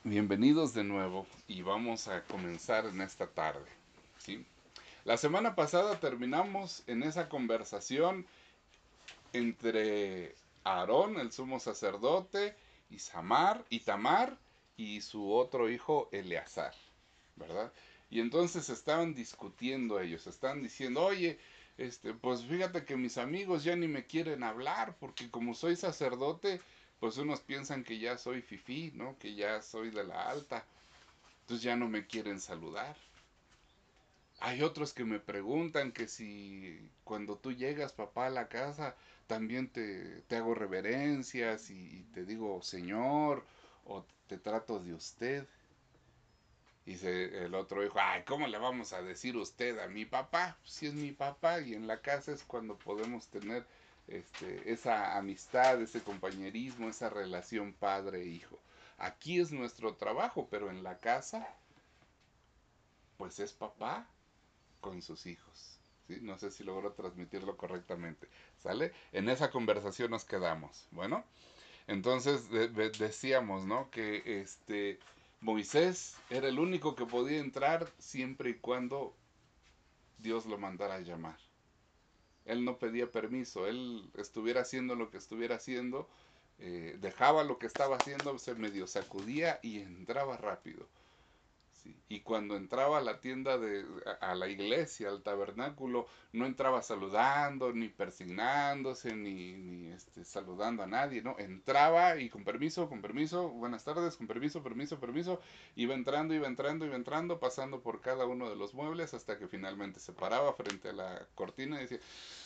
Bienvenidos de nuevo y vamos a comenzar en esta tarde, ¿sí? La semana pasada terminamos en esa conversación entre Aarón, el sumo sacerdote, y Tamar y su otro hijo Eleazar, ¿verdad? Y entonces estaban discutiendo ellos, estaban diciendo, oye, pues fíjate que mis amigos ya ni me quieren hablar, porque como soy sacerdote, pues unos piensan que ya soy fifí, ¿no? Que ya soy de la alta, entonces ya no me quieren saludar. Hay otros que me preguntan que si cuando tú llegas, papá, a la casa, también te hago reverencias y te digo señor o te trato de usted. Y el otro dijo, ay, ¿cómo le vamos a decir usted a mi papá? Si es mi papá y en la casa es cuando podemos tener esa amistad, ese compañerismo, esa relación padre-hijo. Aquí es nuestro trabajo, pero en la casa, pues es papá con sus hijos. ¿Sí? No sé si logro transmitirlo correctamente. ¿Sale? En esa conversación nos quedamos. Bueno, entonces decíamos, ¿no? Que Moisés era el único que podía entrar siempre y cuando Dios lo mandara a llamar. Él no pedía permiso, él estuviera haciendo lo que estuviera haciendo, dejaba lo que estaba haciendo, se medio sacudía y entraba rápido. Sí. Y cuando entraba a la tienda a la iglesia, al tabernáculo, no entraba saludando, ni persignándose, ni saludando a nadie, ¿no? Entraba y con permiso, buenas tardes, con permiso, permiso, permiso, iba entrando, iba entrando, iba entrando, pasando por cada uno de los muebles hasta que finalmente se paraba frente a la cortina y decía,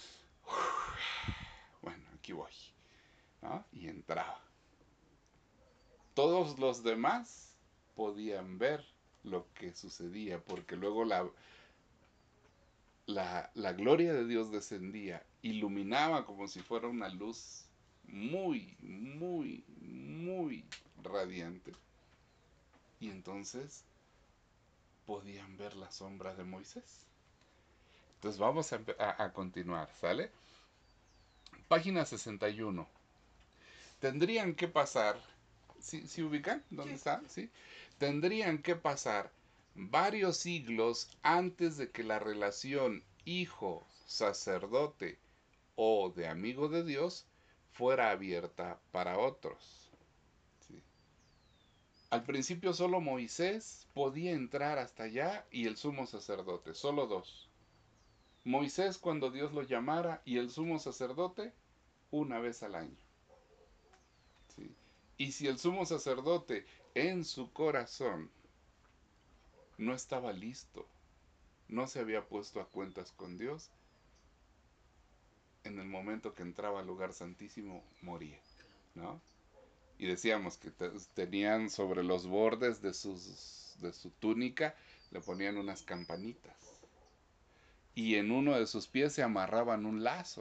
bueno, aquí voy, ¿no? Y entraba. Todos los demás podían ver lo que sucedía, porque luego la gloria de Dios descendía, iluminaba como si fuera una luz muy, muy, muy radiante. Y entonces podían ver la sombra de Moisés. Entonces vamos a continuar, ¿sale? Página 61. Tendrían que pasar, ¿sí ubican? ¿Dónde Sí. está? ¿Sí? Tendrían que pasar varios siglos antes de que la relación hijo-sacerdote o de amigo de Dios fuera abierta para otros. ¿Sí? Al principio solo Moisés podía entrar hasta allá y el sumo sacerdote, solo dos. Moisés cuando Dios lo llamara y el sumo sacerdote una vez al año. ¿Sí? Y si el sumo sacerdote en su corazón no estaba listo, no se había puesto a cuentas con Dios, en el momento que entraba al lugar santísimo moría, ¿no? Y decíamos que tenían sobre los bordes de su túnica, le ponían unas campanitas. Y en uno de sus pies se amarraban un lazo.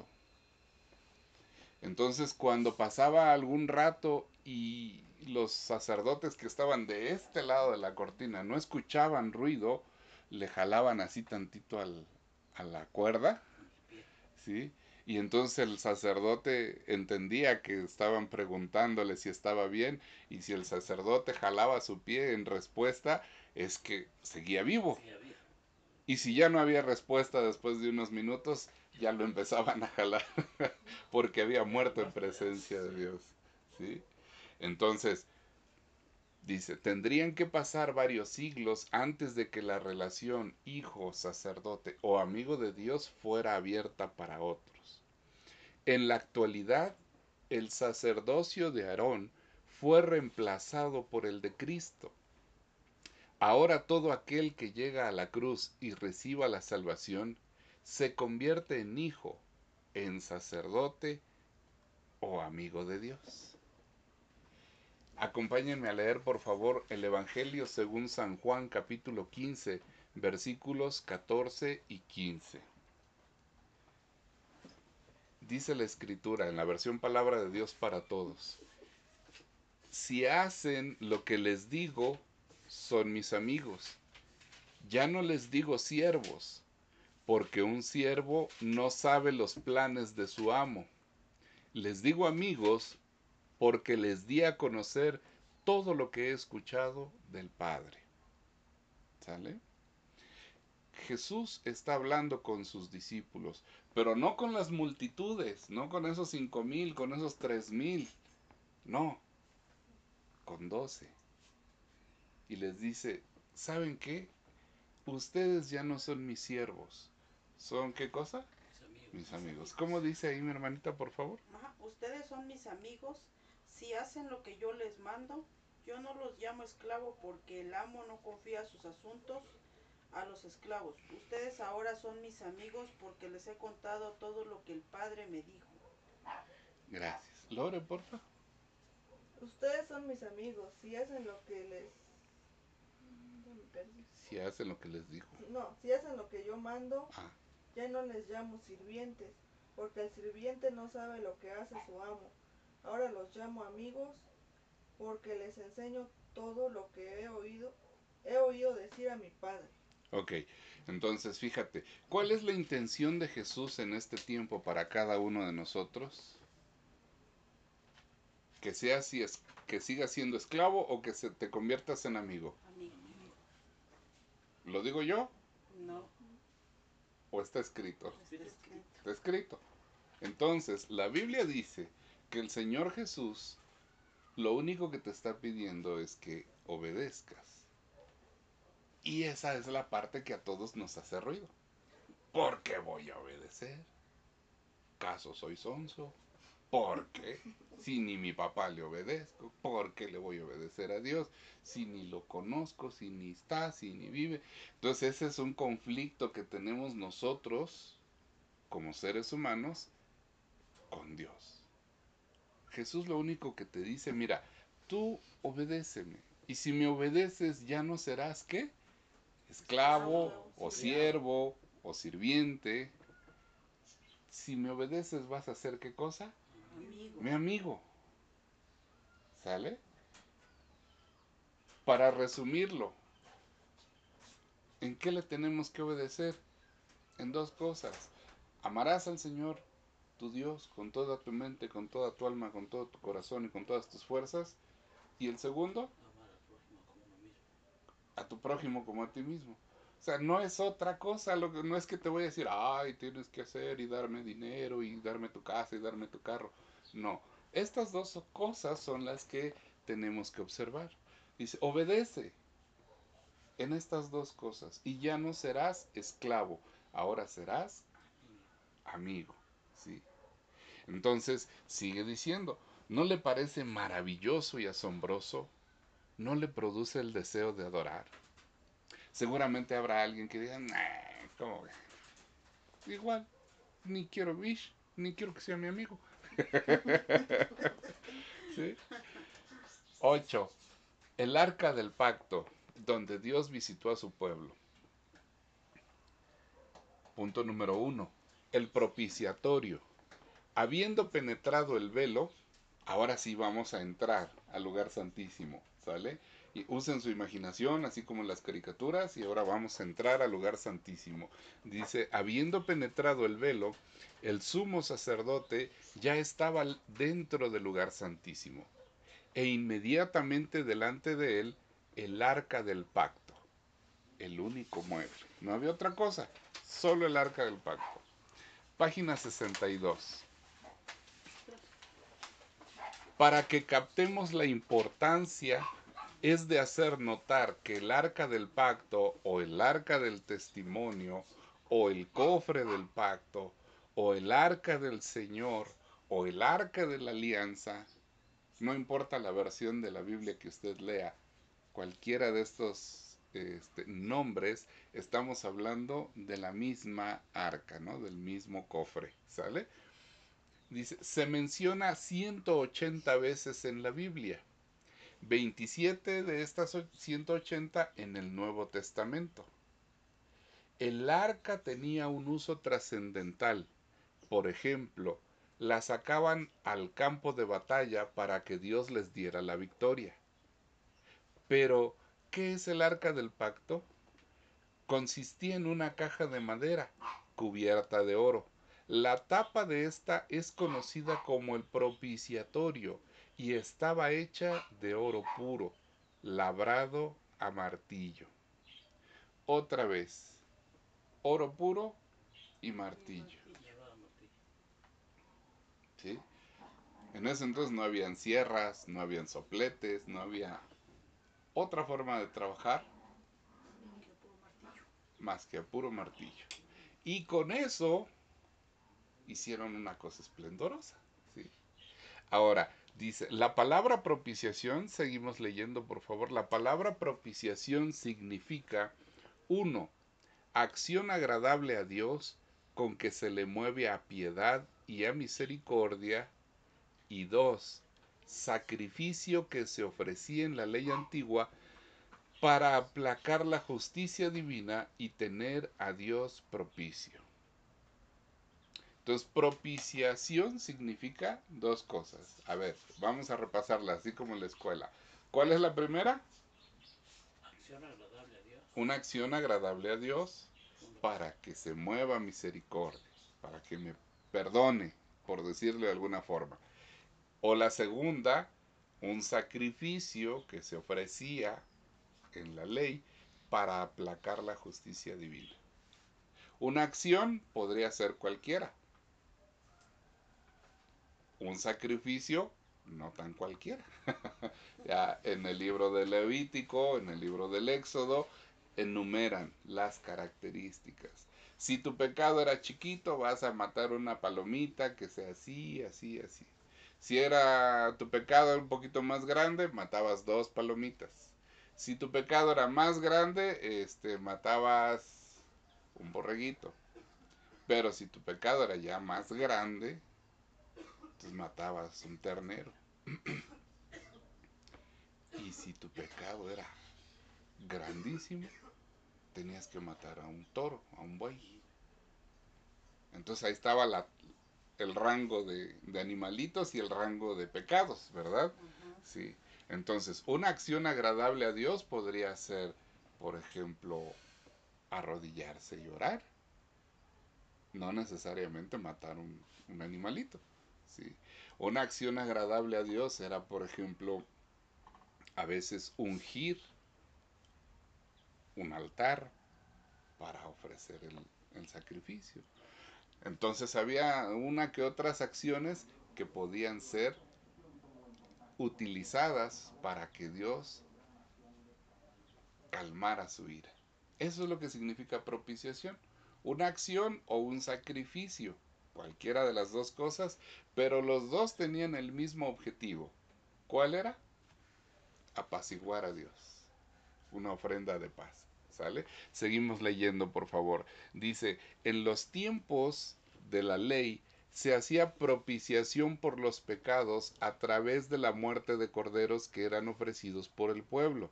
Entonces cuando pasaba algún rato y los sacerdotes que estaban de este lado de la cortina no escuchaban ruido, le jalaban así tantito a la cuerda, El pie. ¿sí? Y entonces el sacerdote entendía que estaban preguntándole si estaba bien, y si el sacerdote jalaba su pie en respuesta, es que seguía vivo. Sí, había. Y si ya no había respuesta después de unos minutos, ya lo empezaban a jalar, porque había Ya había muerto en muerto, ya. presencia de Sí. Dios. ¿Sí? Entonces, dice, tendrían que pasar varios siglos antes de que la relación hijo, sacerdote o amigo de Dios fuera abierta para otros. En la actualidad, el sacerdocio de Aarón fue reemplazado por el de Cristo. Ahora todo aquel que llega a la cruz y reciba la salvación se convierte en hijo, en sacerdote o amigo de Dios. Acompáñenme a leer por favor el Evangelio según San Juan capítulo 15 versículos 14 y 15. Dice la escritura en la versión Palabra de Dios para Todos: si hacen lo que les digo, son mis amigos. Ya no les digo siervos, porque un siervo no sabe los planes de su amo. Les digo amigos, porque les di a conocer todo lo que he escuchado del Padre. ¿Sale? Jesús está hablando con sus discípulos, pero no con las multitudes, no con esos 5,000, con esos 3,000, no, con 12. Y les dice, ¿saben qué? Ustedes ya no son mis siervos. ¿Son qué cosa? Mis amigos. ¿Cómo dice ahí mi hermanita, por favor? Ajá, ustedes son mis amigos si hacen lo que yo les mando. Yo no los llamo esclavos porque el amo no confía sus asuntos a los esclavos. Ustedes ahora son mis amigos porque les he contado todo lo que el Padre me dijo. Gracias. Lore, porfa. Ustedes son mis amigos si hacen lo que les... Ya me perdí. Si hacen lo que les dijo. No, si hacen lo que yo mando, Ah, ya no les llamo sirvientes, porque el sirviente no sabe lo que hace su amo. Ahora los llamo amigos porque les enseño todo lo que he oído decir a mi Padre. ok. Entonces, fíjate, ¿cuál es la intención de Jesús en este tiempo para cada uno de nosotros? Que sea si es, que sigas siendo esclavo o que te conviertas en amigo. Amigo. ¿Lo digo yo No, o está escrito? está escrito. Está escrito. Entonces, la Biblia dice que el Señor Jesús lo único que te está pidiendo es que obedezcas. Y esa es la parte que a todos nos hace ruido. ¿Por qué voy a obedecer? ¿Caso soy sonso? ¿Por qué? Si ni mi papá le obedezco, ¿por qué le voy a obedecer a Dios? Si ni lo conozco, si ni está, si ni vive. Entonces ese es un conflicto que tenemos nosotros como seres humanos con Dios. Jesús lo único que te dice, mira, tú obedéceme. Y si me obedeces ya no serás, ¿qué? Esclavo o siervo o sirviente. Si me obedeces vas a hacer ¿qué cosa? Amigo. Mi amigo. ¿Sale? Para resumirlo, ¿en qué le tenemos que obedecer? En dos cosas. Amarás al Señor, tu Dios, con toda tu mente, con toda tu alma, con todo tu corazón y con todas tus fuerzas. Y el segundo, a tu prójimo como a ti mismo. O sea, no es otra cosa, no es que te voy a decir, ay, tienes que hacer y darme dinero y darme tu casa y darme tu carro. No, estas dos cosas son las que tenemos que observar. Dice, obedece en estas dos cosas y ya no serás esclavo, ahora serás amigo. ¿Sí? Entonces, sigue diciendo, ¿no le parece maravilloso y asombroso? ¿No le produce el deseo de adorar? Seguramente habrá alguien que diga, nah, ¿cómo? Igual, ni quiero Wish, ni quiero que sea mi amigo. ¿Sí? 8. El arca del pacto, donde Dios visitó a su pueblo. Punto número 1. El propiciatorio. Habiendo penetrado el velo, ahora sí vamos a entrar al lugar santísimo, ¿sale? Y usen su imaginación, así como en las caricaturas, y ahora vamos a entrar al lugar santísimo. Dice, habiendo penetrado el velo, el sumo sacerdote ya estaba dentro del lugar santísimo, e inmediatamente delante de él el arca del pacto, el único mueble. No había otra cosa, solo el arca del pacto. Página 62. Para que captemos la importancia, es de hacer notar que el arca del pacto o el arca del testimonio o el cofre del pacto o el arca del Señor o el arca de la alianza, no importa la versión de la Biblia que usted lea, cualquiera de estos nombres, estamos hablando de la misma arca, ¿no? Del mismo cofre, ¿sale? Dice, se menciona 180 veces en la Biblia, 27 de estas 180 en el Nuevo Testamento. El arca tenía un uso trascendental. Por ejemplo, la sacaban al campo de batalla para que Dios les diera la victoria. Pero, ¿qué es el arca del pacto? Consistía en una caja de madera cubierta de oro. La tapa de esta es conocida como el propiciatorio y estaba hecha de oro puro, labrado a martillo. Otra vez, oro puro y martillo. ¿Sí? En ese entonces no habían sierras, no habían sopletes, no había otra forma de trabajar más que a puro martillo. Y con eso hicieron una cosa esplendorosa. ¿Sí? Ahora, dice, la palabra propiciación, seguimos leyendo por favor, la palabra propiciación significa, 1, acción agradable a Dios con que se le mueve a piedad y a misericordia, y 2, sacrificio que se ofrecía en la ley antigua para aplacar la justicia divina y tener a Dios propicio. Entonces, propiciación significa dos cosas. A ver, vamos a repasarla así como en la escuela. ¿Cuál es la primera? Acción agradable a Dios. Una acción agradable a Dios para que se mueva misericordia, para que me perdone, por decirlo de alguna forma. O la segunda, un sacrificio que se ofrecía en la ley para aplacar la justicia divina. Una acción podría ser cualquiera. Un sacrificio no tan cualquiera. Ya en el libro del Levítico, en el libro del Éxodo, enumeran las características. Si tu pecado era chiquito, vas a matar una palomita que sea así, así, así. Si era tu pecado un poquito más grande, matabas 2 palomitas. Si tu pecado era más grande, matabas un borreguito. Pero si tu pecado era ya más grande, entonces matabas un ternero. Y si tu pecado era grandísimo, tenías que matar a un toro, a un buey. Entonces ahí estaba el rango de animalitos y el rango de pecados, ¿verdad? Sí. Entonces, una acción agradable a Dios podría ser, por ejemplo, arrodillarse y orar. No necesariamente matar un animalito. ¿Sí? Una acción agradable a Dios era, por ejemplo, a veces ungir un altar para ofrecer el sacrificio. Entonces había una que otras acciones que podían ser utilizadas para que Dios calmara su ira. Eso es lo que significa propiciación. Una acción o un sacrificio, cualquiera de las dos cosas, pero los dos tenían el mismo objetivo. ¿Cuál era? Apaciguar a Dios. Una ofrenda de paz. ¿Sale? Seguimos leyendo, por favor. Dice, en los tiempos de la ley se hacía propiciación por los pecados a través de la muerte de corderos que eran ofrecidos por el pueblo.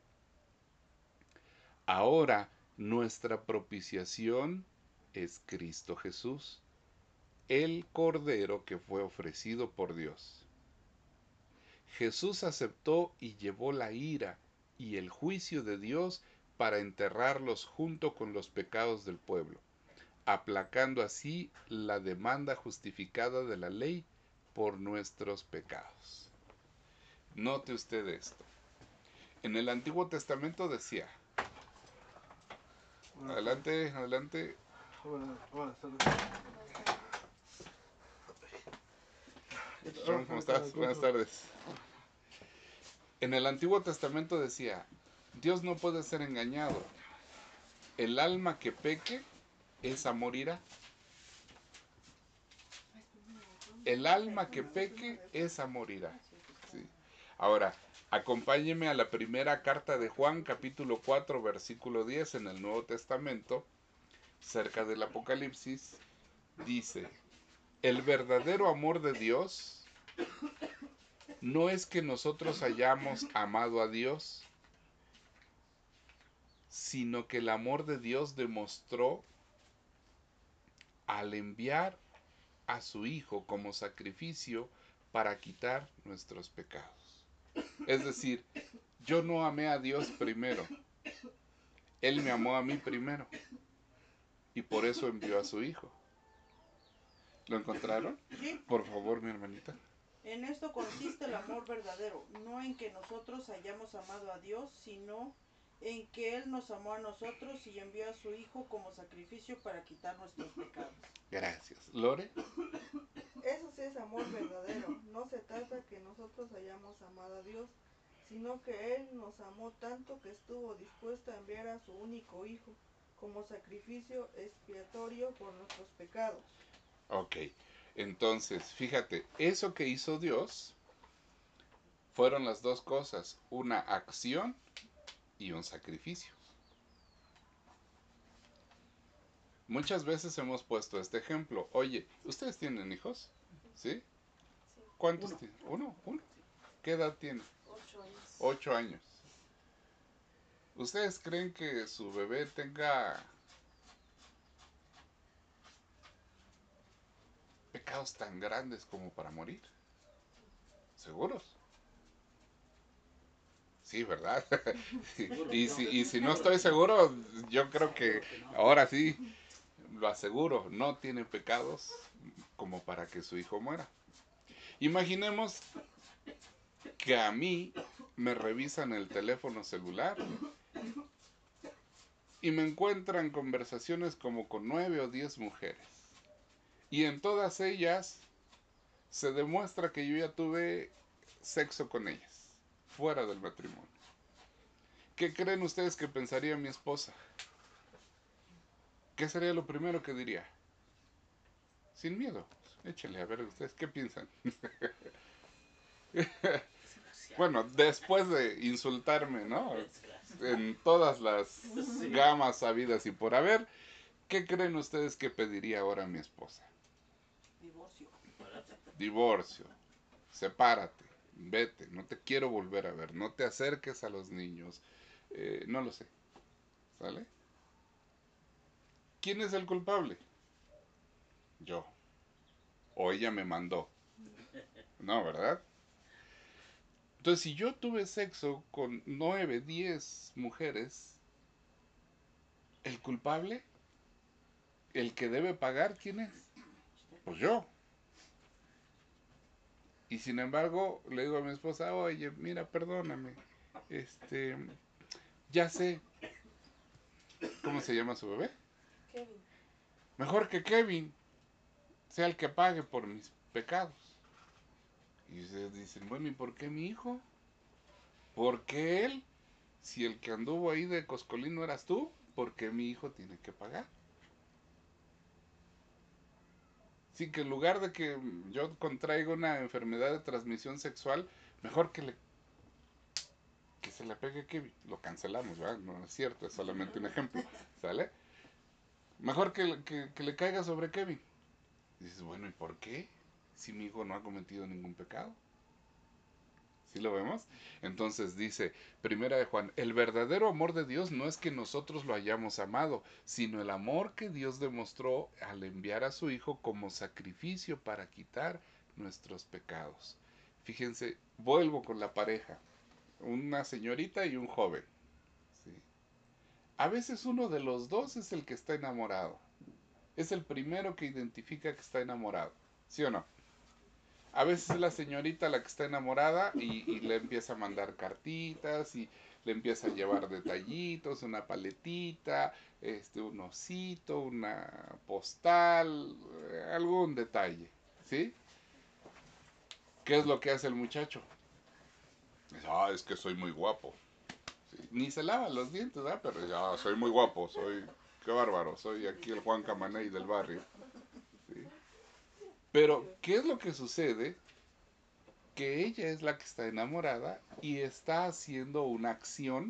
Ahora nuestra propiciación es Cristo Jesús, el cordero que fue ofrecido por Dios. Jesús aceptó y llevó la ira y el juicio de Dios para enterrarlos junto con los pecados del pueblo, aplacando así la demanda justificada de la ley por nuestros pecados. Note usted esto. En el Antiguo Testamento decía, adelante, adelante. Buenas tardes. ¿Cómo estás? Buenas tardes. En el Antiguo Testamento decía, Dios no puede ser engañado. El alma que peque, esa morirá. El alma que peque, esa morirá. ¿Sí? Ahora, acompáñeme a la primera carta de Juan, capítulo 4, versículo 10 en el Nuevo Testamento, cerca del Apocalipsis, dice, el verdadero amor de Dios no es que nosotros hayamos amado a Dios, sino que el amor de Dios demostró al enviar a su Hijo como sacrificio para quitar nuestros pecados. Es decir, yo no amé a Dios primero, Él me amó a mí primero y por eso envió a su Hijo. ¿Lo encontraron? Sí. Por favor, mi hermanita. En esto consiste el amor verdadero, no en que nosotros hayamos amado a Dios, sino en que Él nos amó a nosotros y envió a su Hijo como sacrificio para quitar nuestros pecados. Gracias. Lore. Eso sí es amor verdadero. No se trata que nosotros hayamos amado a Dios, sino que Él nos amó tanto que estuvo dispuesto a enviar a su único Hijo como sacrificio expiatorio por nuestros pecados. Ok. Entonces, fíjate, eso que hizo Dios fueron las dos cosas, una acción y un sacrificio. Muchas veces hemos puesto este ejemplo. Oye, ¿ustedes tienen hijos? ¿Sí? ¿Cuántos tienen? ¿Uno? ¿Qué edad tiene? 8 años. 8 años. ¿Ustedes creen que su bebé tenga pecados tan grandes como para morir? ¿Seguros? Sí, ¿verdad? Y si no estoy seguro, yo creo que ahora sí, lo aseguro, no tiene pecados como para que su hijo muera. Imaginemos que a mí me revisan el teléfono celular y me encuentran conversaciones como con 9 o 10 mujeres. Y en todas ellas se demuestra que yo ya tuve sexo con ellas, fuera del matrimonio. ¿Qué creen ustedes que pensaría mi esposa? ¿Qué sería lo primero que diría? Sin miedo. Échenle a ver ustedes qué piensan. Bueno, después de insultarme, ¿no? En todas las gamas habidas y por haber, ¿qué creen ustedes que pediría ahora mi esposa? Divorcio. Divorcio. Sepárate. Vete. No te quiero volver a ver. No te acerques a los niños. No lo sé. ¿Sale? ¿Quién es el culpable? Yo. O ella me mandó. No, ¿verdad? Entonces, si yo tuve sexo con 9, 10 mujeres, ¿el culpable? ¿El que debe pagar quién es? Pues yo. Y sin embargo, le digo a mi esposa, oye, mira, perdóname. Ya sé. ¿Cómo se llama su bebé? Kevin. Mejor que Kevin sea el que pague por mis pecados. Y ustedes dicen, bueno, ¿y por qué mi hijo? ¿Por qué él? Si el que anduvo ahí de coscolín no eras tú, ¿por qué mi hijo tiene que pagar? Sí, que en lugar de que yo contraiga una enfermedad de transmisión sexual, mejor que se le pegue Kevin. Lo cancelamos, ¿verdad? No es cierto, es solamente un ejemplo, ¿sale? Mejor que le caiga sobre Kevin. Y dices, bueno, ¿y por qué? Si mi hijo no ha cometido ningún pecado. ¿Sí lo vemos? Entonces dice, primera de Juan, el verdadero amor de Dios no es que nosotros lo hayamos amado, sino el amor que Dios demostró al enviar a su Hijo como sacrificio para quitar nuestros pecados. Fíjense, vuelvo con la pareja, una señorita y un joven. ¿Sí? A veces uno de los dos es el que está enamorado. Es el primero que identifica que está enamorado. ¿Sí o no? A veces es la señorita la que está enamorada y le empieza a mandar cartitas y le empieza a llevar detallitos, una paletita, un osito, una postal, algún detalle, ¿sí? ¿Qué es lo que hace el muchacho? Dice, es que soy muy guapo. ¿Sí? Ni se lava los dientes, ¿verdad? Pero ya soy muy guapo, qué bárbaro, soy aquí el Juan Camaney del barrio. ¿Sí? Pero, ¿qué es lo que sucede? Que ella es la que está enamorada y está haciendo una acción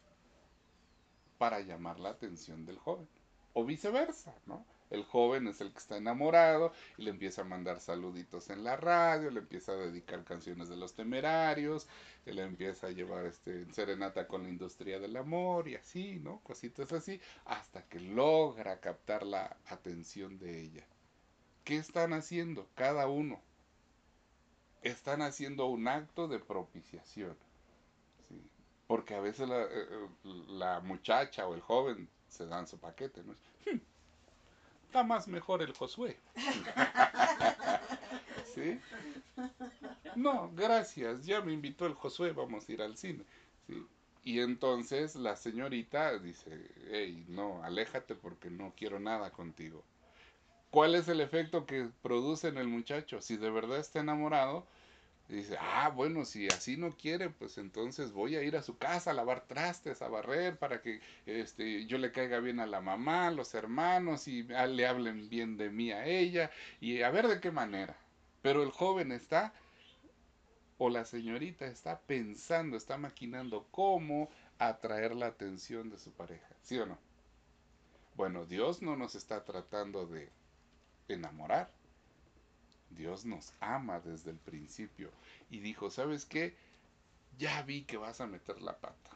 para llamar la atención del joven. O viceversa, ¿no? El joven es el que está enamorado y le empieza a mandar saluditos en la radio, le empieza a dedicar canciones de Los Temerarios, le empieza a llevar serenata con la industria del amor y así, ¿no? Cositas así, hasta que logra captar la atención de ella. ¿Qué están haciendo cada uno? Están haciendo un acto de propiciación. ¿Sí? Porque a veces la muchacha o el joven se dan su paquete, ¿no? Está más mejor el Josué. ¿Sí? No, gracias, ya me invitó el Josué, vamos a ir al cine. ¿Sí? Y entonces la señorita dice, hey, no, aléjate porque no quiero nada contigo. ¿Cuál es el efecto que produce en el muchacho? Si de verdad está enamorado, dice, bueno, si así no quiere, pues entonces voy a ir a su casa a lavar trastes, a barrer, para que yo le caiga bien a la mamá, a los hermanos, y le hablen bien de mí a ella, y a ver de qué manera. Pero el joven está, o la señorita está pensando, está maquinando cómo atraer la atención de su pareja, ¿sí o no? Bueno, Dios no nos está tratando de enamorar. Dios nos ama desde el principio y dijo, ¿sabes qué? Ya vi que vas a meter la pata.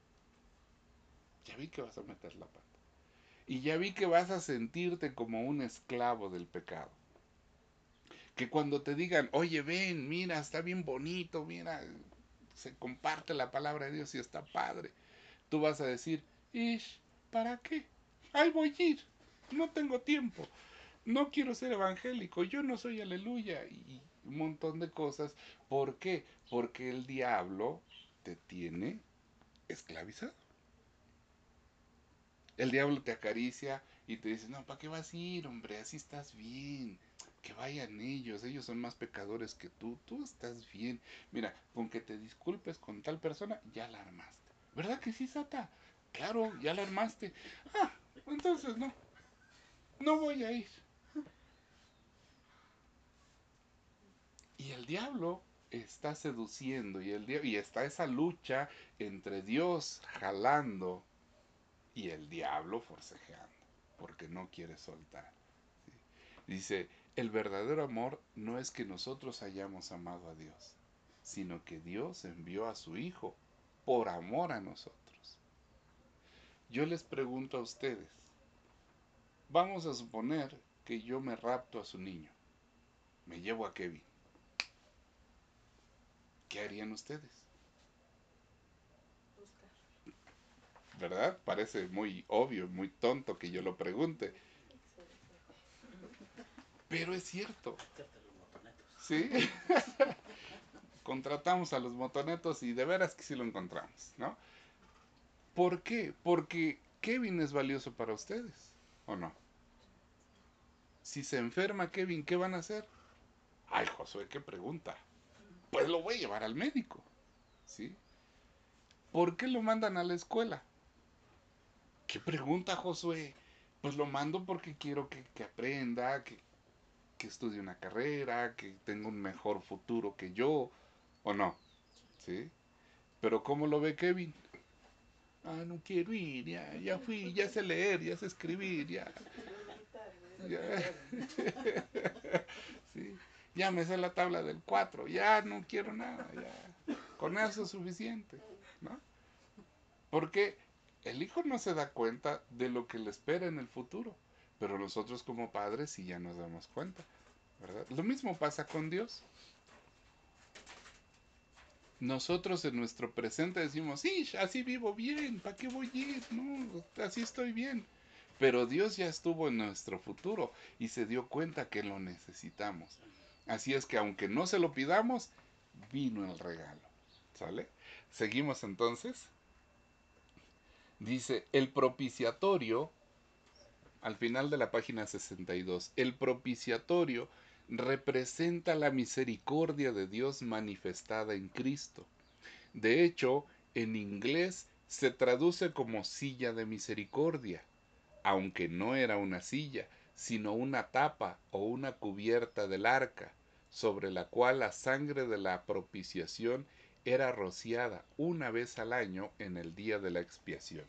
Ya vi que vas a meter la pata. Y ya vi que vas a sentirte como un esclavo del pecado. Que cuando te digan, oye, ven, mira, está bien bonito, mira, se comparte la palabra de Dios y está padre. Tú vas a decir, ish, ¿para qué? Ahí voy a ir. No tengo tiempo. No quiero ser evangélico. Yo no soy aleluya. Y un montón de cosas. ¿Por qué? Porque el diablo te tiene esclavizado. El diablo te acaricia y te dice, no, ¿para qué vas a ir, hombre? Así estás bien. Que vayan ellos son más pecadores que tú estás bien. Mira, con que te disculpes con tal persona, ya la armaste. ¿Verdad que sí, Sata? Claro, ya la armaste. Entonces no voy a ir. Y el diablo está seduciendo y está esa lucha entre Dios jalando y el diablo forcejeando, porque no quiere soltar. ¿Sí? Dice, el verdadero amor no es que nosotros hayamos amado a Dios, sino que Dios envió a su Hijo por amor a nosotros. Yo les pregunto a ustedes, vamos a suponer que yo me rapto a su niño, me llevo a Kevin. ¿Qué harían ustedes? ¿Verdad? Parece muy obvio, muy tonto que yo lo pregunte. Pero es cierto. ¿Sí? Contratamos a los motonetos y de veras que sí lo encontramos, ¿no? ¿Por qué? Porque Kevin es valioso para ustedes, ¿o no? Si se enferma Kevin, ¿qué van a hacer? Ay, Josué, qué pregunta. Pues lo voy a llevar al médico, ¿sí? ¿Por qué lo mandan a la escuela? ¿Qué pregunta, Josué? Pues lo mando porque quiero que aprenda, que estudie una carrera, que tenga un mejor futuro que yo, ¿o no? ¿Sí? Pero ¿cómo lo ve Kevin? No quiero ir, ya fui, ya sé leer, ya sé escribir, ya. ¿Sí? Ya me sé la tabla del 4, ya no quiero nada, ya. Con eso es suficiente, ¿no? Porque el hijo no se da cuenta de lo que le espera en el futuro, pero nosotros como padres sí ya nos damos cuenta, ¿verdad? Lo mismo pasa con Dios. Nosotros en nuestro presente decimos, sí, así vivo bien, ¿para qué voy a ir? No, así estoy bien. Pero Dios ya estuvo en nuestro futuro y se dio cuenta que lo necesitamos. Así es que aunque no se lo pidamos, vino el regalo. ¿Sale? Seguimos entonces. Dice, el propiciatorio, al final de la página 62, el propiciatorio representa la misericordia de Dios manifestada en Cristo. De hecho, en inglés se traduce como silla de misericordia, aunque no era una silla, sino una tapa o una cubierta del arca, sobre la cual la sangre de la propiciación era rociada una vez al año en el día de la expiación.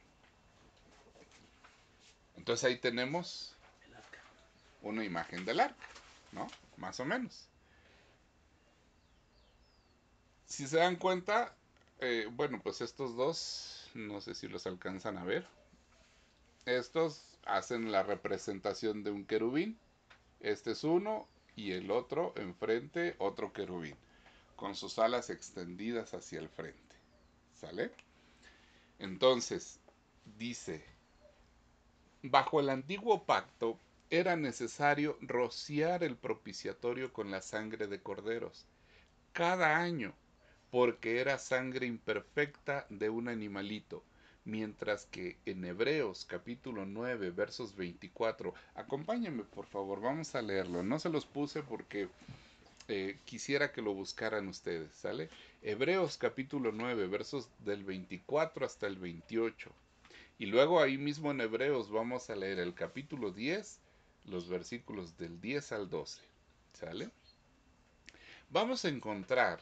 Entonces ahí tenemos una imagen del arca, ¿no? Más o menos. Si se dan cuenta, bueno, pues estos dos, no sé si los alcanzan a ver. Estos hacen la representación de un querubín. Este es uno y el otro enfrente, otro querubín, con sus alas extendidas hacia el frente. ¿Sale? Entonces, dice, bajo el antiguo pacto, era necesario rociar el propiciatorio con la sangre de corderos cada año, porque era sangre imperfecta de un animalito. Mientras que en Hebreos capítulo 9 versos 24, acompáñenme por favor, vamos a leerlo. No se los puse porque quisiera que lo buscaran ustedes, ¿sale? Hebreos capítulo 9 versos del 24 hasta el 28. Y luego ahí mismo en Hebreos vamos a leer el capítulo 10, los versículos del 10 al 12, ¿sale? Vamos a encontrar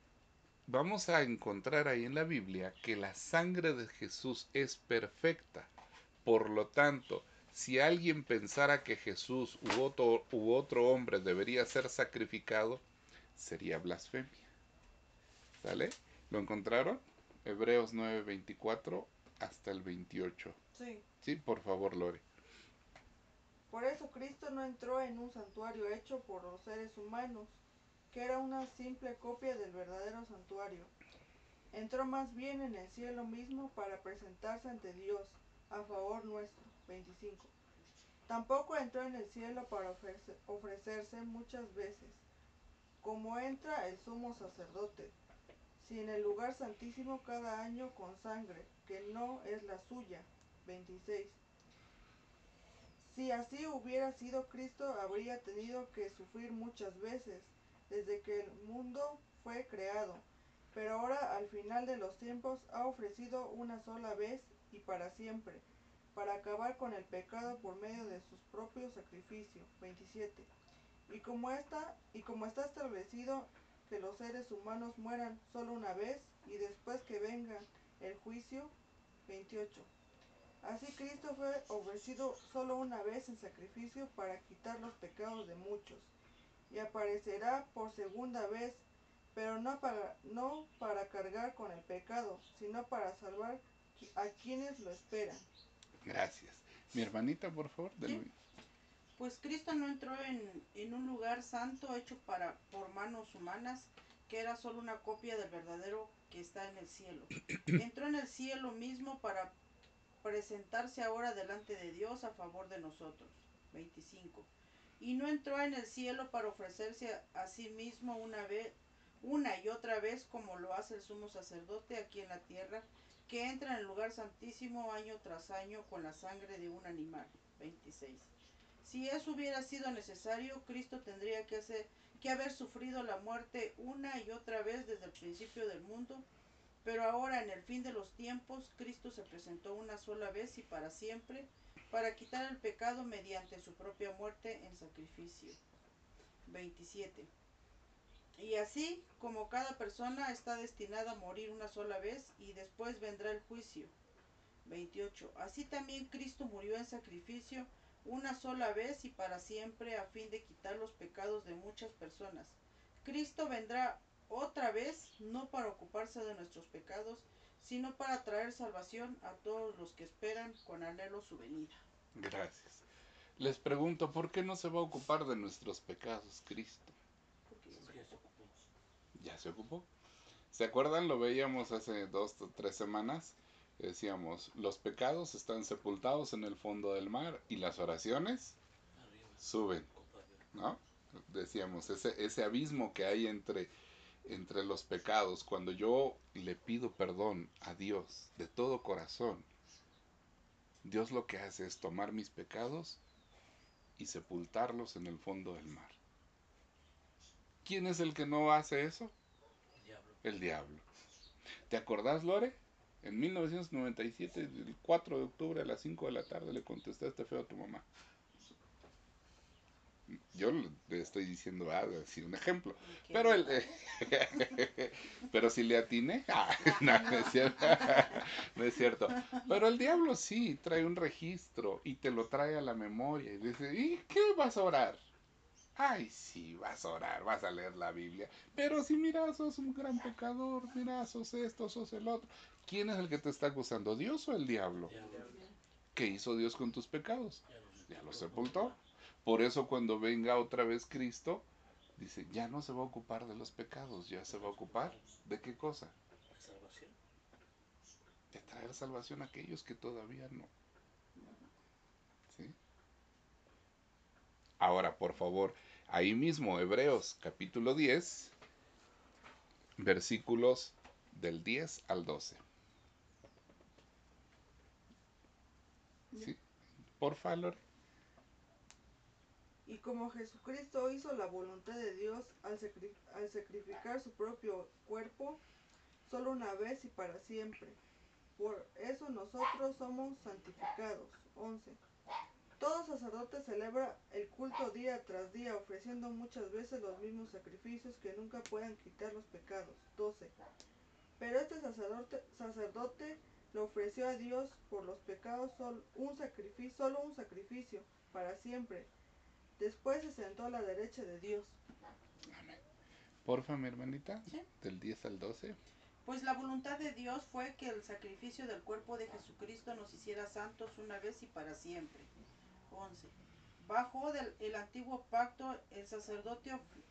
ahí en la Biblia que la sangre de Jesús es perfecta. Por lo tanto, si alguien pensara que Jesús u otro hombre debería ser sacrificado, sería blasfemia. ¿Sale? ¿Lo encontraron? Hebreos 9:24 hasta el 28. Sí. Sí, por favor, Lore. Por eso Cristo no entró en un santuario hecho por los seres humanos, que era una simple copia del verdadero santuario. Entró más bien en el cielo mismo para presentarse ante Dios a favor nuestro. 25. Tampoco entró en el cielo para ofrecerse muchas veces, como entra el sumo sacerdote, si en el lugar santísimo cada año con sangre, que no es la suya. 26. Si así hubiera sido, Cristo habría tenido que sufrir muchas veces, desde que el mundo fue creado, pero ahora al final de los tiempos ha ofrecido una sola vez y para siempre, para acabar con el pecado por medio de sus propios sacrificios. 27. Y como está establecido que los seres humanos mueran solo una vez y después que venga el juicio. 28. Así Cristo fue ofrecido solo una vez en sacrificio para quitar los pecados de muchos, y aparecerá por segunda vez, pero no para cargar con el pecado, sino para salvar a quienes lo esperan. Gracias. Mi hermanita, por favor. ¿Sí? Pues Cristo no entró en un lugar santo hecho por manos humanas, que era solo una copia del verdadero que está en el cielo. Entró en el cielo mismo para presentarse ahora delante de Dios a favor de nosotros. 25. Y no entró en el cielo para ofrecerse a sí mismo una y otra vez como lo hace el sumo sacerdote aquí en la tierra, que entra en el lugar santísimo año tras año con la sangre de un animal. 26. Si eso hubiera sido necesario, Cristo tendría que haber sufrido la muerte una y otra vez desde el principio del mundo, pero ahora en el fin de los tiempos, Cristo se presentó una sola vez y para siempre para quitar el pecado mediante su propia muerte en sacrificio. 27. Y así como cada persona está destinada a morir una sola vez y después vendrá el juicio. 28. Así también Cristo murió en sacrificio una sola vez y para siempre a fin de quitar los pecados de muchas personas. Cristo vendrá otra vez no para ocuparse de nuestros pecados, sino para traer salvación a todos los que esperan con anhelo su venida. Gracias. Les pregunto, ¿por qué no se va a ocupar de nuestros pecados Cristo? Porque ya se Porque ya se ocupó. ocupó. ¿Ya se ocupó? ¿Se acuerdan? Lo veíamos hace 2 o 3 semanas. Decíamos, los pecados están sepultados en el fondo del mar y las oraciones Arriba. suben, Copa arriba. ¿no? Decíamos, ese abismo que hay entre los pecados, cuando yo le pido perdón a Dios de todo corazón, Dios lo que hace es tomar mis pecados y sepultarlos en el fondo del mar. ¿Quién es el que no hace eso? Diablo. El diablo. ¿Te acordás, Lore? En 1997, el 4 de octubre a las 5 de la tarde, le contestaste feo a tu mamá. Yo le estoy diciendo, así un ejemplo. Pero pero si le atiné, no, no es cierto. No es cierto. Pero el diablo sí trae un registro y te lo trae a la memoria y dice, ¿y qué vas a orar? Ay, sí, vas a orar, vas a leer la Biblia. Pero si mira, sos un gran pecador, mira, sos esto, sos el otro. ¿Quién es el que te está acusando, Dios o el diablo? Diablo. ¿Qué hizo Dios con tus pecados? Ya Ya lo los sepultó. sepultó. Por eso cuando venga otra vez Cristo, dice, ya no se va a ocupar de los pecados, ya se va a ocupar de qué cosa? De salvación. De traer salvación a aquellos que todavía no. ¿Sí? Ahora, por favor, ahí mismo, Hebreos capítulo 10, versículos del 10 al 12. ¿Sí? Porfa, Lore. Y como Jesucristo hizo la voluntad de Dios al sacrificar su propio cuerpo solo una vez y para siempre, por eso nosotros somos santificados. 11. Todo sacerdote celebra el culto día tras día, ofreciendo muchas veces los mismos sacrificios que nunca puedan quitar los pecados. 12. Pero este sacerdote le ofreció a Dios por los pecados solo un sacrificio para siempre. Después se sentó a la derecha de Dios. Amén. Porfa, mi hermanita, ¿Sí? del 10 al 12. Pues la voluntad de Dios fue que el sacrificio del cuerpo de Jesucristo nos hiciera santos una vez y para siempre. 11. Bajo el antiguo pacto, el sacerdote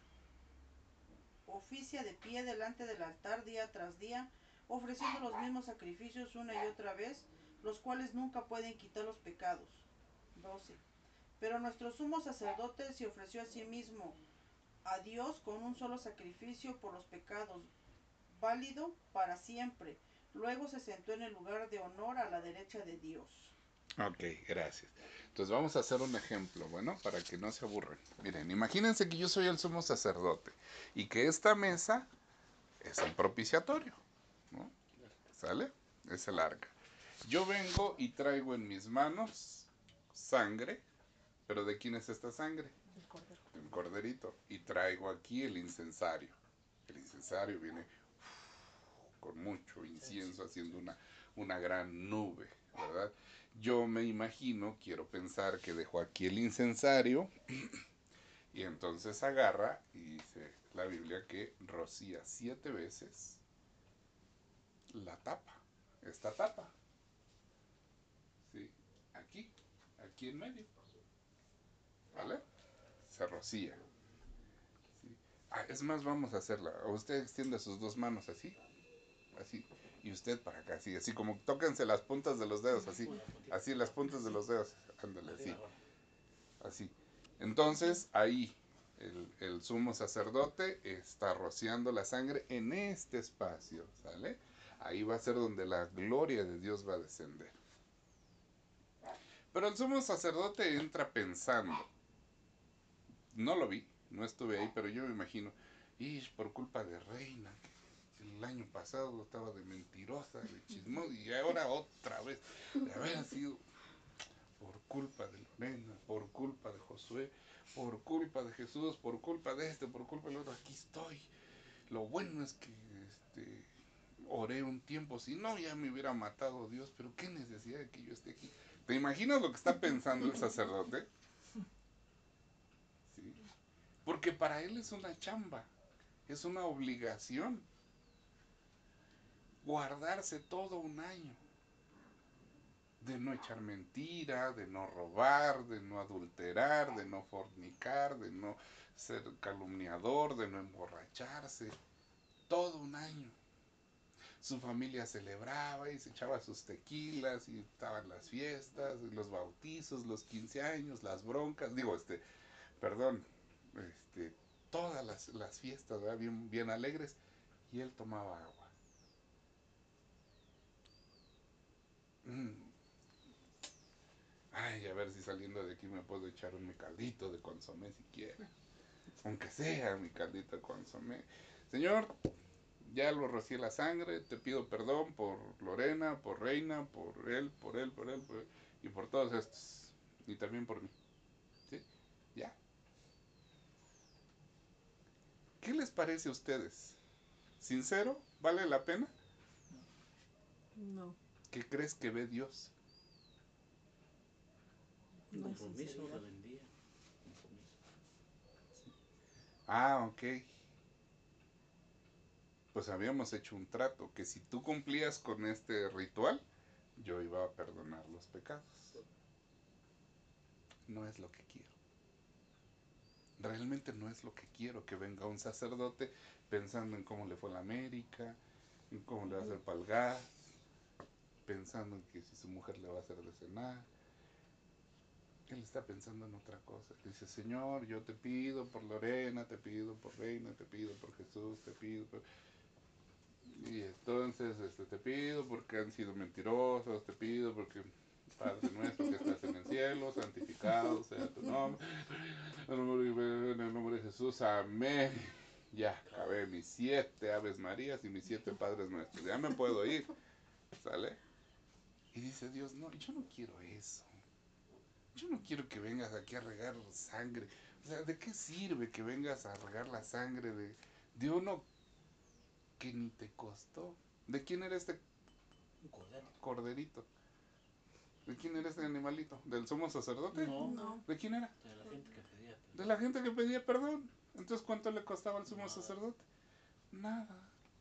oficia de pie delante del altar día tras día, ofreciendo los mismos sacrificios una y otra vez, los cuales nunca pueden quitar los pecados. 12. Pero nuestro sumo sacerdote se ofreció a sí mismo a Dios con un solo sacrificio por los pecados, válido para siempre. Luego se sentó en el lugar de honor a la derecha de Dios. Ok, gracias. Entonces vamos a hacer un ejemplo, bueno, para que no se aburran. Miren, imagínense que yo soy el sumo sacerdote y que esta mesa es el propiciatorio, ¿no? ¿Sale? Es el arca. Yo vengo y traigo en mis manos sangre, pero ¿de quién es esta sangre? El cordero. Un corderito. Y traigo aquí el incensario. El incensario viene con mucho incienso haciendo una gran nube, ¿verdad? Yo me imagino, quiero pensar que dejo aquí el incensario y entonces agarra y dice la Biblia que rocía 7 veces la tapa, esta tapa, ¿sí? Aquí en medio, ¿vale? Se rocía, ¿sí? Es más, vamos a hacerla. Usted extiende sus dos manos así, así, y usted para acá, así como tóquense las puntas de los dedos, así las puntas de los dedos, ándale, así. Entonces, ahí el sumo sacerdote está rociando la sangre en este espacio, ¿sale? Ahí va a ser donde la gloria de Dios va a descender. Pero el sumo sacerdote entra pensando, no lo vi, no estuve ahí, pero yo me imagino, y por culpa de Reina, que el año pasado estaba de mentirosa, de chismosa, y ahora otra vez, de haber sido por culpa de Lorena, por culpa de Josué, por culpa de Jesús, por culpa de este, por culpa del otro, aquí estoy. Lo bueno es que oré un tiempo, si no ya me hubiera matado Dios, pero qué necesidad de que yo esté aquí. ¿Te imaginas lo que está pensando el sacerdote? ¿Sí? Porque para él es una chamba, es una obligación guardarse todo un año de no echar mentira, de no robar, de no adulterar, de no fornicar, de no ser calumniador, de no emborracharse, todo un año. Su familia celebraba y se echaba sus tequilas y estaban las fiestas, los bautizos, los 15 años, las broncas, perdón, todas las fiestas, ¿verdad? Bien alegres, y él tomaba agua. Ay, a ver si saliendo de aquí me puedo echar un caldito de consomé siquiera. Aunque sea mi caldito de consomé. Señor, ya lo rocié la sangre, te pido perdón por Lorena, por Reina, por él, y por todos estos. Y también por mí. ¿Sí? Ya. ¿Qué les parece a ustedes? ¿Sincero? ¿Vale la pena? No. ¿Qué crees que ve Dios? Un No es compromiso, sinceridad. rebeldía. Compromiso. Ah, ok. Pues habíamos hecho un trato, que si tú cumplías con este ritual, yo iba a perdonar los pecados. No es lo que quiero. Realmente no es lo que quiero, que venga un sacerdote pensando en cómo le fue a la América, en cómo le va a hacer para el gas, pensando en que si su mujer le va a hacer de cenar. Él está pensando en otra cosa. Dice, Señor, yo te pido por Lorena, te pido por Reina, te pido por Jesús, te pido por... Y entonces te pido porque han sido mentirosos, te pido porque Padre nuestro que estás en el cielo, santificado sea tu nombre. En el nombre de Jesús, amén. Ya acabé mis 7 Aves Marías y mis 7 Padres Nuestros. Ya me puedo ir. ¿Sale? Y dice Dios, no, yo no quiero eso. Yo no quiero que vengas aquí a regar sangre. O sea, ¿de qué sirve que vengas a regar la sangre de uno que ni te costó? ¿De quién era este Un cordero. corderito? ¿De quién era este animalito? ¿Del sumo sacerdote? No, No. ¿De quién era? de la gente que pedía. De la gente que pedía perdón. Entonces, ¿cuánto le costaba al sumo Nada. sacerdote? Nada.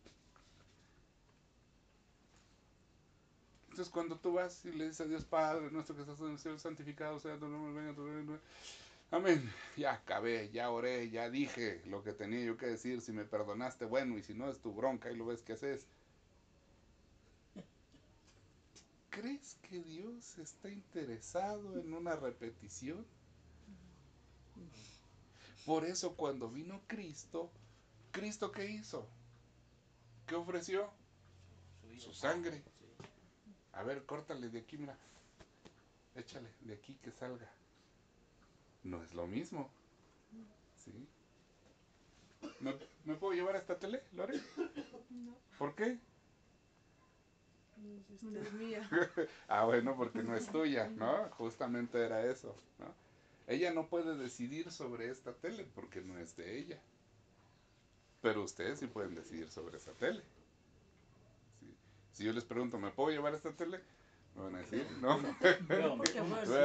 Entonces, cuando tú vas y le dices a Dios, Padre nuestro que estás en el cielo, santificado sea tu nombre, venga tu reino. Amén. Ya acabé, ya oré, ya dije lo que tenía yo que decir. Si me perdonaste, bueno, y si no es tu bronca y lo ves que haces. ¿Crees que Dios está interesado en una repetición? Por eso cuando vino Cristo, ¿Cristo qué hizo? ¿Qué ofreció? Su vida. Su sangre. Sí. A ver, córtale de aquí, mira. Échale de aquí que salga. No es lo mismo. ¿Sí? ¿Me puedo llevar a esta tele, Lore? No, ¿Por qué? no es mía. Ah, bueno, porque no es tuya, ¿no? Justamente era eso, ¿no? Ella no puede decidir sobre esta tele porque no es de ella. Pero ustedes sí pueden decidir sobre esa tele. ¿Sí? Si yo les pregunto, ¿me puedo llevar esta tele? Me van a decir, no. Yo, Porque no. fue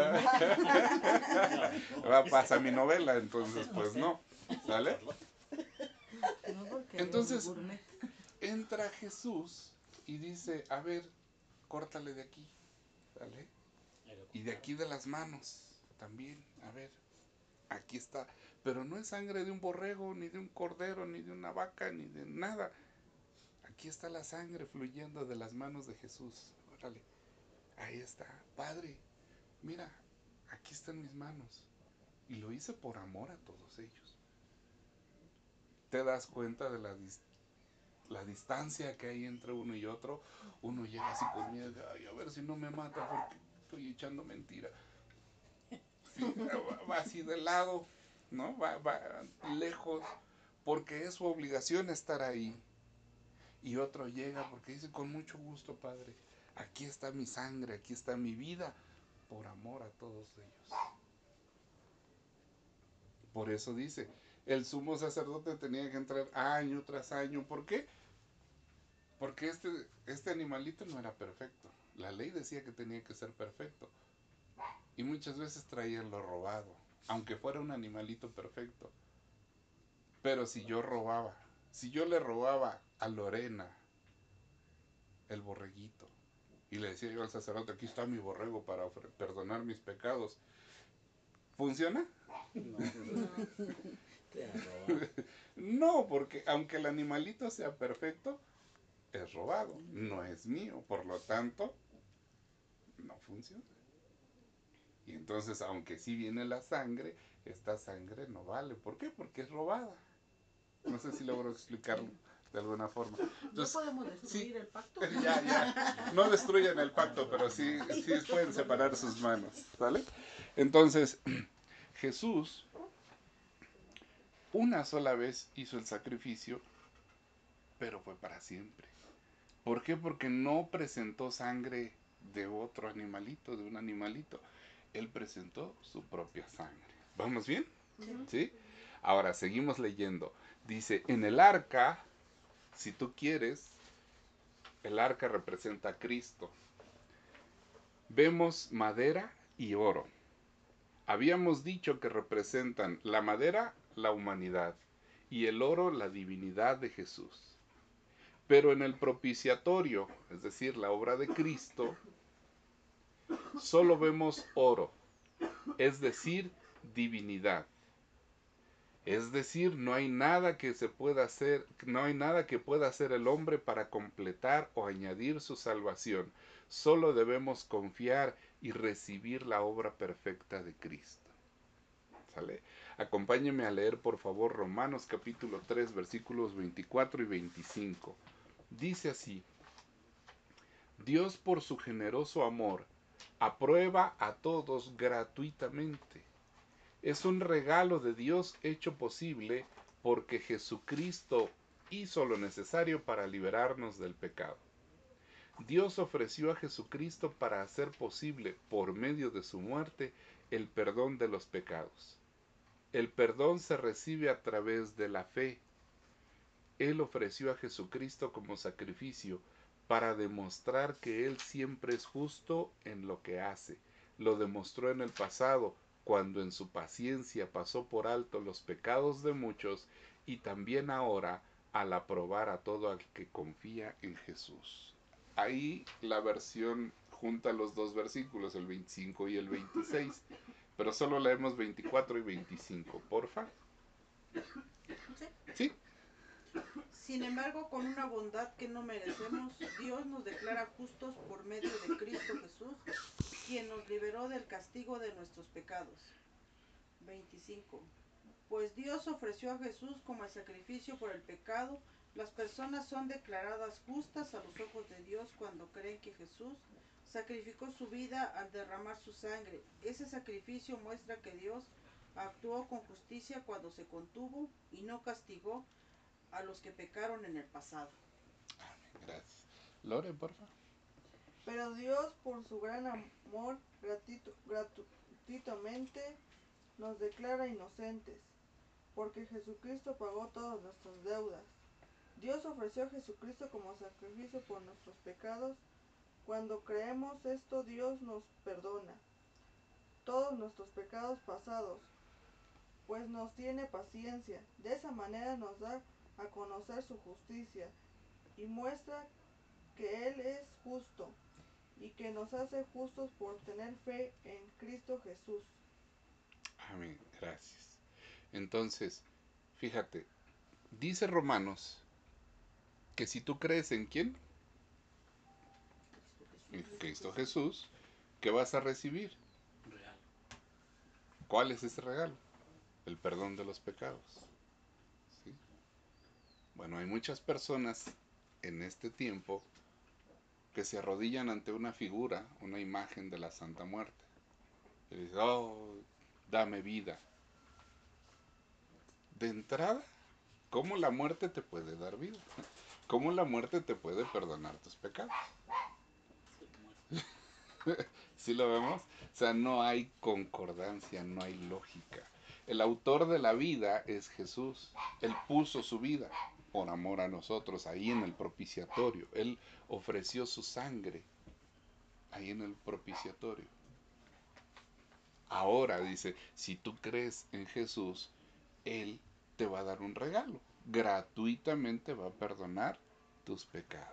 Pasa mi novela, entonces pues no. ¿Sale? No, porque Entonces, gourmet. entra Jesús y dice, a ver, córtale de aquí, ¿sale? Y de aquí de las manos también, a ver, aquí está. Pero no es sangre de un borrego, ni de un cordero, ni de una vaca, ni de nada. Aquí está la sangre fluyendo de las manos de Jesús. Órale, ahí está. Padre, mira, aquí están mis manos. Y lo hice por amor a todos ellos. ¿Te das cuenta de la distancia que hay entre uno y otro? Uno llega así con miedo, ay, a ver si no me mata porque estoy echando mentira. Sí, va así de lado, ¿no? Va lejos, porque es su obligación estar ahí. Y otro llega porque dice, con mucho gusto, Padre, aquí está mi sangre, aquí está mi vida, por amor a todos ellos. Por eso dice, el sumo sacerdote tenía que entrar año tras año. ¿Por qué? Porque este animalito no era perfecto. La ley decía que tenía que ser perfecto. Y muchas veces traían lo robado, aunque fuera un animalito perfecto. Pero si yo robaba, si yo le robaba a Lorena el borreguito, y le decía yo al sacerdote, aquí está mi borrego para perdonar mis pecados, ¿funciona? No, No. te han robado. No, porque aunque el animalito sea perfecto, es robado, no es mío, por lo tanto, no funciona. Y entonces, aunque sí viene la sangre, esta sangre no vale. ¿Por qué? Porque es robada. No sé si logro explicarlo de alguna forma. ¿No Entonces, podemos destruir sí, el pacto? ya. No destruyan el pacto, pero sí pueden separar sus manos. ¿Vale? Entonces, Jesús una sola vez hizo el sacrificio, pero fue para siempre. ¿Por qué? Porque no presentó sangre de otro animalito, de un animalito. Él presentó su propia sangre. ¿Vamos bien? ¿Sí? Ahora, seguimos leyendo. Dice, en el arca, si tú quieres, el arca representa a Cristo. Vemos madera y oro. Habíamos dicho que representan la madera, la humanidad, y el oro, la divinidad de Jesús. Pero en el propiciatorio, es decir, la obra de Cristo, solo vemos oro, es decir, divinidad. Es decir, no hay nada que se pueda hacer, no hay nada que pueda hacer el hombre para completar o añadir su salvación. Solo debemos confiar y recibir la obra perfecta de Cristo. ¿Sale? Acompáñeme a leer por favor Romanos capítulo 3 versículos 24 y 25. Dice así: Dios por su generoso amor aprueba a todos gratuitamente. Es un regalo de Dios hecho posible porque Jesucristo hizo lo necesario para liberarnos del pecado. Dios ofreció a Jesucristo para hacer posible, por medio de su muerte, el perdón de los pecados. El perdón se recibe a través de la fe. Él ofreció a Jesucristo como sacrificio para demostrar que Él siempre es justo en lo que hace. Lo demostró en el pasado, cuando en su paciencia pasó por alto los pecados de muchos, y también ahora al aprobar a todo el que confía en Jesús. Ahí la versión junta los dos versículos, el 25 y el 26, pero solo leemos 24 y 25, porfa. ¿Sí? Sin embargo, con una bondad que no merecemos, Dios nos declara justos por medio de Cristo Jesús, quien nos liberó del castigo de nuestros pecados. 25. Pues Dios ofreció a Jesús como el sacrificio por el pecado. Las personas son declaradas justas a los ojos de Dios cuando creen que Jesús sacrificó su vida al derramar su sangre. Ese sacrificio muestra que Dios actuó con justicia cuando se contuvo y no castigó a los que pecaron en el pasado. Gracias. Lore, porfa. Pero Dios, por su gran amor, gratuitamente nos declara inocentes, porque Jesucristo pagó todas nuestras deudas. Dios ofreció a Jesucristo como sacrificio por nuestros pecados. Cuando creemos esto, Dios nos perdona todos nuestros pecados pasados, pues nos tiene paciencia. De esa manera nos da a conocer su justicia y muestra que Él es justo y que nos hace justos por tener fe en Cristo Jesús. Amén, gracias. Entonces, fíjate, dice Romanos que si tú crees en quién, en Cristo Jesús, ¿qué vas a recibir? Real. ¿Cuál es ese regalo? El perdón de los pecados. ¿Sí? Bueno, hay muchas personas en este tiempo que se arrodillan ante una figura, una imagen de la Santa Muerte. Y dicen, oh, dame vida. De entrada, ¿cómo la muerte te puede dar vida? ¿Cómo la muerte te puede perdonar tus pecados? ¿Sí lo vemos? O sea, no hay concordancia, no hay lógica. El autor de la vida es Jesús. Él puso su vida por amor a nosotros ahí en el propiciatorio. Él ofreció su sangre ahí en el propiciatorio. Ahora dice, si tú crees en Jesús, Él te va a dar un regalo. Gratuitamente va a perdonar tus pecados.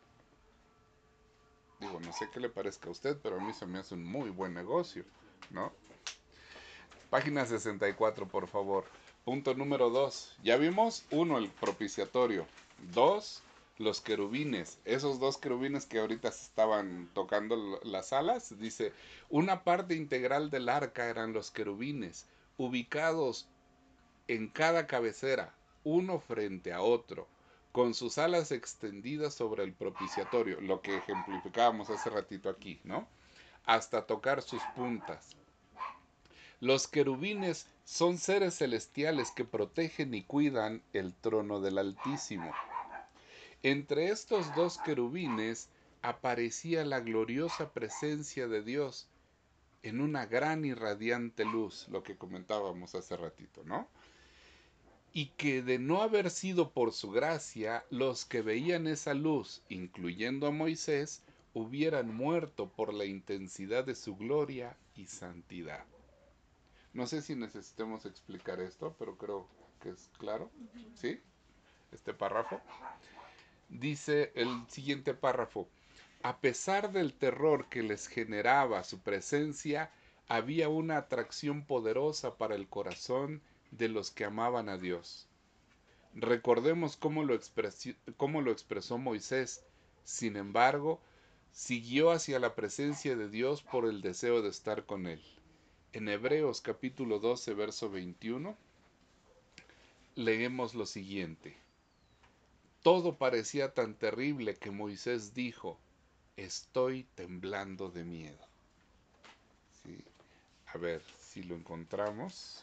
Digo, no sé qué le parezca a usted, pero a mí se me hace un muy buen negocio, ¿no? Página 64, por favor. Punto número 2. Ya vimos, 1, el propiciatorio. 2, los querubines. Esos 2 querubines que ahorita se estaban tocando las alas. Dice, una parte integral del arca eran los querubines, ubicados en cada cabecera, uno frente a otro, con sus alas extendidas sobre el propiciatorio, lo que ejemplificábamos hace ratito aquí, ¿no? Hasta tocar sus puntas. Los querubines son seres celestiales que protegen y cuidan el trono del Altísimo. Entre estos 2 querubines aparecía la gloriosa presencia de Dios en una gran y radiante luz, lo que comentábamos hace ratito, ¿no? Y que de no haber sido por su gracia, los que veían esa luz, incluyendo a Moisés, hubieran muerto por la intensidad de su gloria y santidad. No sé si necesitemos explicar esto, pero creo que es claro, ¿sí? Este párrafo. Dice el siguiente párrafo, a pesar del terror que les generaba su presencia, había una atracción poderosa para el corazón de los que amaban a Dios. Recordemos cómo lo expresó Moisés. Sin embargo, siguió hacia la presencia de Dios por el deseo de estar con Él. En Hebreos capítulo 12, verso 21, leemos lo siguiente. Todo parecía tan terrible que Moisés dijo, estoy temblando de miedo. ¿Sí? A ver si lo encontramos.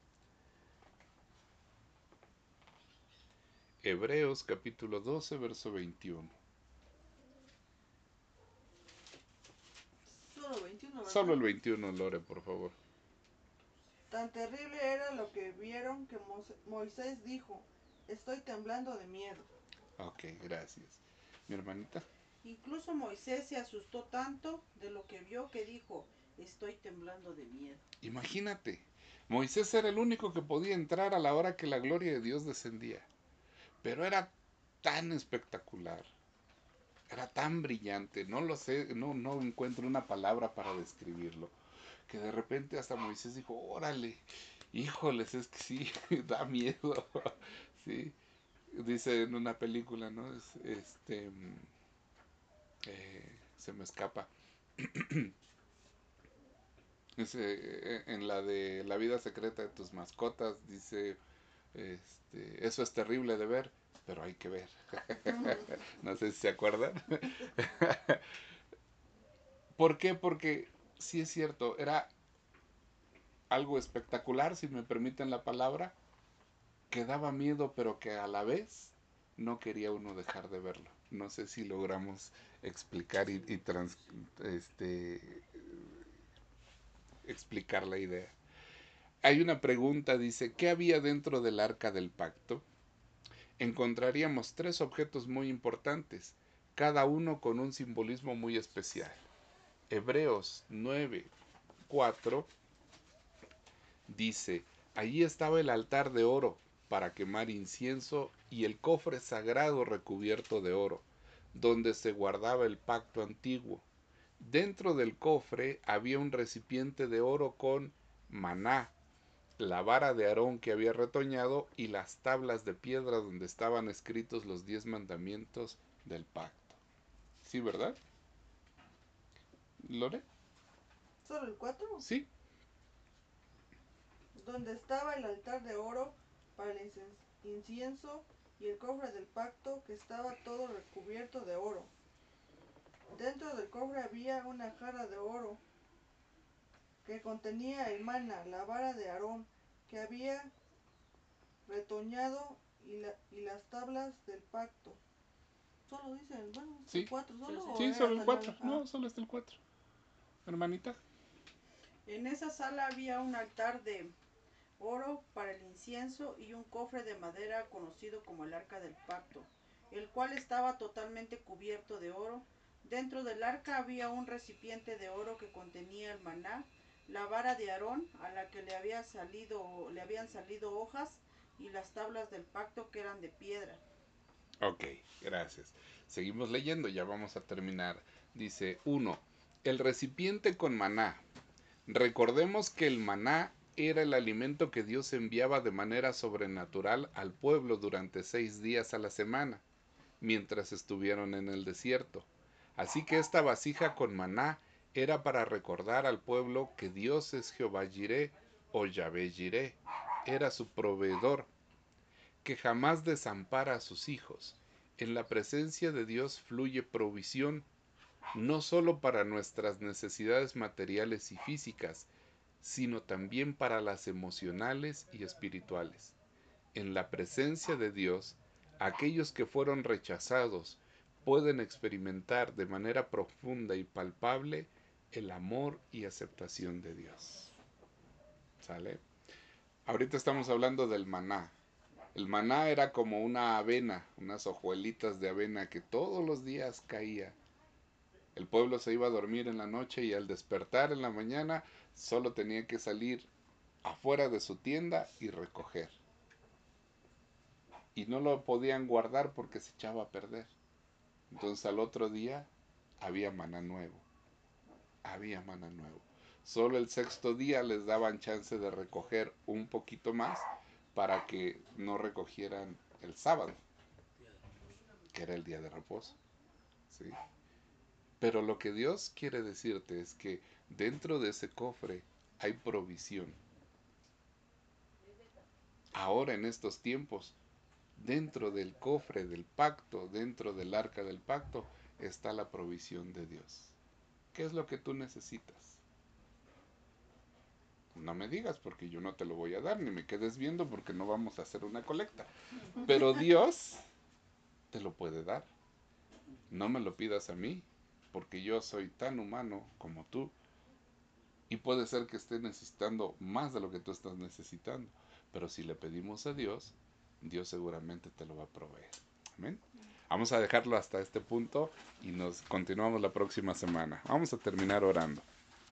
Hebreos capítulo 12, verso 21. Solo 21, ¿verdad? Solo el 21, Lore, por favor. Tan terrible era lo que vieron que Moisés dijo, estoy temblando de miedo. Ok, gracias. Mi hermanita. Incluso Moisés se asustó tanto de lo que vio que dijo, estoy temblando de miedo. Imagínate, Moisés era el único que podía entrar a la hora que la gloria de Dios descendía. Pero era tan espectacular, era tan brillante, no lo sé, no encuentro una palabra para describirlo, que de repente hasta Moisés dijo, órale, híjoles, es que sí, da miedo, sí, dice en una película, ¿no? Se me escapa, en la de La vida secreta de tus mascotas, dice, eso es terrible de ver, pero hay que ver. No sé si se acuerdan. ¿Por qué? Porque sí es cierto, era algo espectacular, si me permiten la palabra, que daba miedo, pero que a la vez no quería uno dejar de verlo. No sé si logramos explicar explicar la idea. Hay una pregunta, dice, ¿qué había dentro del arca del pacto? Encontraríamos 3 objetos muy importantes, cada uno con un simbolismo muy especial. Hebreos 9:4 dice, allí estaba el altar de oro para quemar incienso y el cofre sagrado recubierto de oro, donde se guardaba el pacto antiguo. Dentro del cofre había un recipiente de oro con maná, la vara de Aarón que había retoñado y las tablas de piedra donde estaban escritos los 10 mandamientos del pacto. ¿Sí, verdad? ¿Lore? ¿Solo el 4? Sí. Donde estaba el altar de oro para el incienso y el cofre del pacto que estaba todo recubierto de oro. Dentro del cofre había una jarra de oro que contenía el maná, la vara de Aarón que había retoñado y las tablas del pacto. Solo dicen, bueno, ¿es el Sí. 4 solo Sí, o Sí, era solo el hasta 4. 9? No, solo está el 4. Hermanita. En esa sala había un altar de oro para el incienso y un cofre de madera conocido como el arca del pacto, el cual estaba totalmente cubierto de oro. Dentro del arca había un recipiente de oro que contenía el maná, la vara de Aarón a la que le habían salido hojas y las tablas del pacto que eran de piedra. Ok, gracias. Seguimos leyendo, ya vamos a terminar. Dice 1. El recipiente con maná. Recordemos que el maná era el alimento que Dios enviaba de manera sobrenatural al pueblo durante 6 días a la semana, mientras estuvieron en el desierto. Así que esta vasija con maná era para recordar al pueblo que Dios es Jehová Jireh o Yahvé Jireh, era su proveedor, que jamás desampara a sus hijos. En la presencia de Dios fluye provisión, no solo para nuestras necesidades materiales y físicas, sino también para las emocionales y espirituales. En la presencia de Dios, aquellos que fueron rechazados pueden experimentar de manera profunda y palpable el amor y aceptación de Dios. ¿Sale? Ahorita estamos hablando del maná. El maná era como una avena, unas hojuelitas de avena que todos los días caía. El pueblo se iba a dormir en la noche y al despertar en la mañana solo tenía que salir afuera de su tienda y recoger. Y no lo podían guardar porque se echaba a perder. Entonces al otro día había maná nuevo. Había maná nuevo. Solo el sexto día les daban chance de recoger un poquito más para que no recogieran el sábado, que era el día de reposo. ¿Sí? Pero lo que Dios quiere decirte es que dentro de ese cofre hay provisión. Ahora en estos tiempos, dentro del cofre del pacto, dentro del arca del pacto, está la provisión de Dios. ¿Qué es lo que tú necesitas? No me digas porque yo no te lo voy a dar, ni me quedes viendo porque no vamos a hacer una colecta. Pero Dios te lo puede dar. No me lo pidas a mí, porque yo soy tan humano como tú. Y puede ser que esté necesitando más de lo que tú estás necesitando. Pero si le pedimos a Dios, Dios seguramente te lo va a proveer. Amén. Vamos a dejarlo hasta este punto y nos continuamos la próxima semana. Vamos a terminar orando.